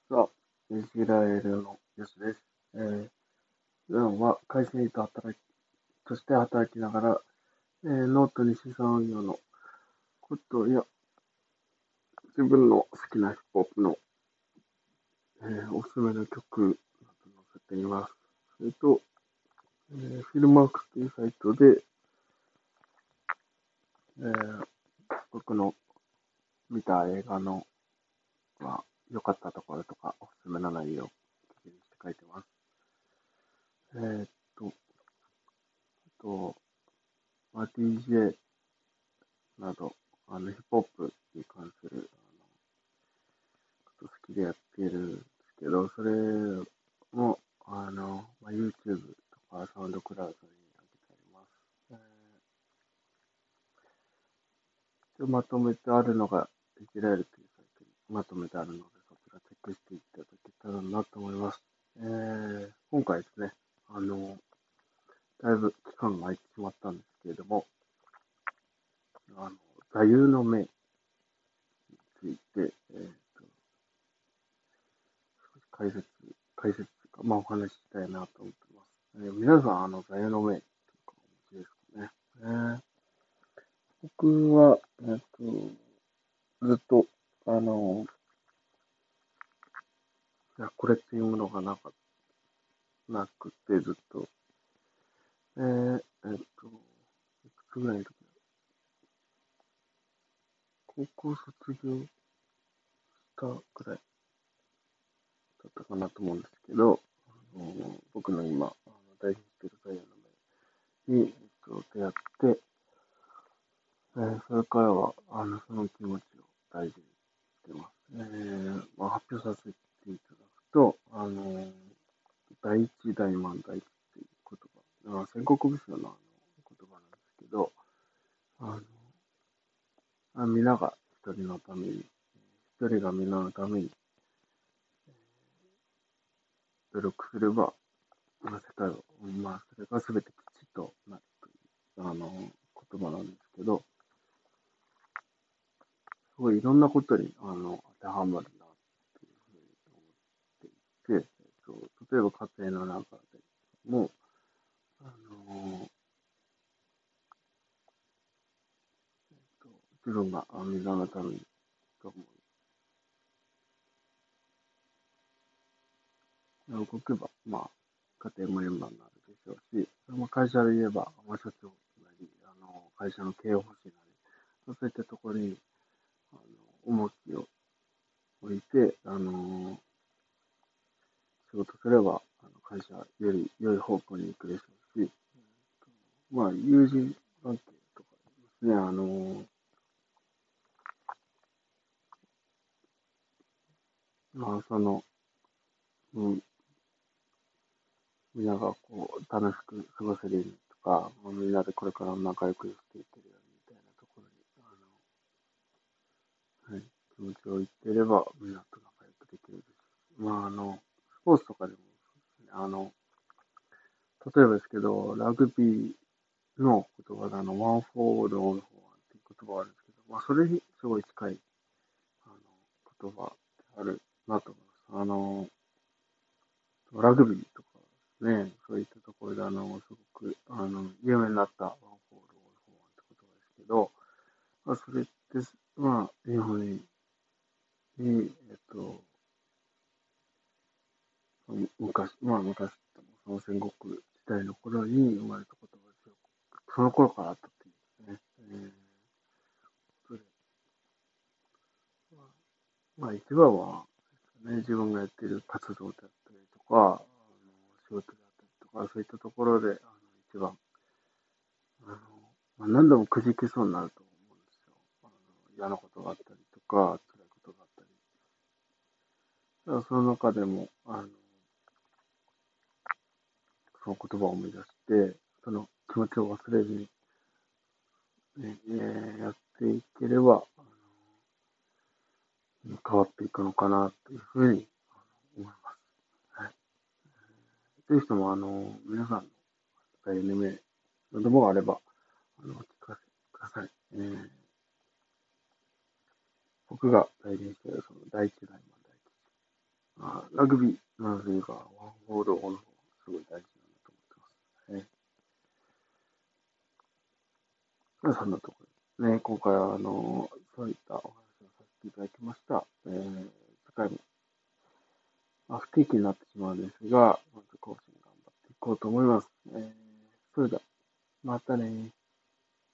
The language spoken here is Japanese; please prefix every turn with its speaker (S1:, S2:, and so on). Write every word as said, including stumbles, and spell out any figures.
S1: さあ、イスラエルのニュースです。えー、普段は会社員と働き、として働きながら、えーノートに資産運用のことや自分の好きなヒップホップの、えーおすすめの曲など載せています。それと、えーフィルマークスというサイトで、えー僕の見た映画の、まあ、良かったところとか、おすすめの内容を記事にして書いてます。えーっと、あと、まあ、ディージェー など、あの、ヒップホップに関する、あの、こと好きでやってるんですけど、それも、あの、まあ、YouTube とかサウンドクラウドに上げてあります。えー、一応まとめてあるのが、イスラエルというサイトにまとめてあるので、そちらチェックしていただけたらなと思います。えー、今回ですね、あの、だいぶ期間が空いてしまったんですけれども、あの、座右の銘について、えーと、解説、解説というか、まあお話ししたいなと思ってます。えー皆さん、あの、座右の銘とかお持ちですかね。えー僕は、えっと、ずっと、あの、いや、これっていうものがなか、なくて、ずっと、えー、えっと、いくつぐらいの時、高校卒業したくらいだったかなと思うんですけど、あの僕の今、あの大事にしている座右の銘に、えっと、出会って、えーそれからは、あの、その気持ちを大事にしてます。えーまあ、発表させていただくと、あの、第一大満大っていう言葉、あ戦国武将のあの言葉なんですけど、あの、あ皆が一人のために、一人が皆のために努力すれば、まあ、世界を、まあ、それが全て吉となるという、あの、言葉なんですけど、すごいいろんなことに、あの、当てはまるな、というふうに思っていて、えっと、例えば家庭の中でも、あの、自分がみんなのためにと思い、動けば、まあ、家庭も円満になるでしょうし、まあ、会社で言えば、まあ、社長なり、あの、会社の経営方針なり、そういったところに、あの、重きを置いて、あの、仕事すれば、あの会社より良い方向に行くでしょうし、まあ、友人関係とかですね、あの、まあ、その、うん、みんながこう、楽しく過ごせるようにとか、まあみんなでこれから仲良くしていけるようにみたいなところに、あの、はい、気持ちを言っていれば、みんなと仲良くできるでしょうし、まあ、あの、スポーツとかでもそうですね、あの、例えばですけど、ラグビーの言葉で、あの、ワンフォーオール、オールフォーワンっていう言葉があるんですけど、まあ、それにすごい近い、あの、言葉であるなと思います。あの、ラグビーとかね、そういったところで、あの、すごく、あの、有名になったワンフォール、オールフォーワンって言葉ですけど、まあ、それって、まあ、日本に、にえっと、昔、まあ、昔、その戦国時代の頃に生まれた言葉ですよ。その頃からあったっていうんですね。えー、それまあ、一番は、ね、自分がやっている活動であったりとか、あの仕事であったりとか、そういったところで、あの一番、あのまあ、何度もくじけそうになると思うんですよ。あの嫌なことがあったりとか、辛いことがあったり。ただその中でも、あの、その言葉を思い出して、その気持ちを忘れずに、ね、えーやっていければ、変わっていくのかな、というふうに思います。はい。ぜひとも、あの、皆さんの大変夢などもあれば、あの、お聞かせください。えー、僕が代弁しているその第一代の大吉。 まあ、ラグビーのというか、ワンボールオンの方がすごい大事なんだと思ってますね。まあ、そんなところですね。今回は、あの、そういったお話をさせていただきました。えー、次回も、まあ、不定期になってしまうんですが、まず更新頑張っていこうと思います。えー、それでは、またね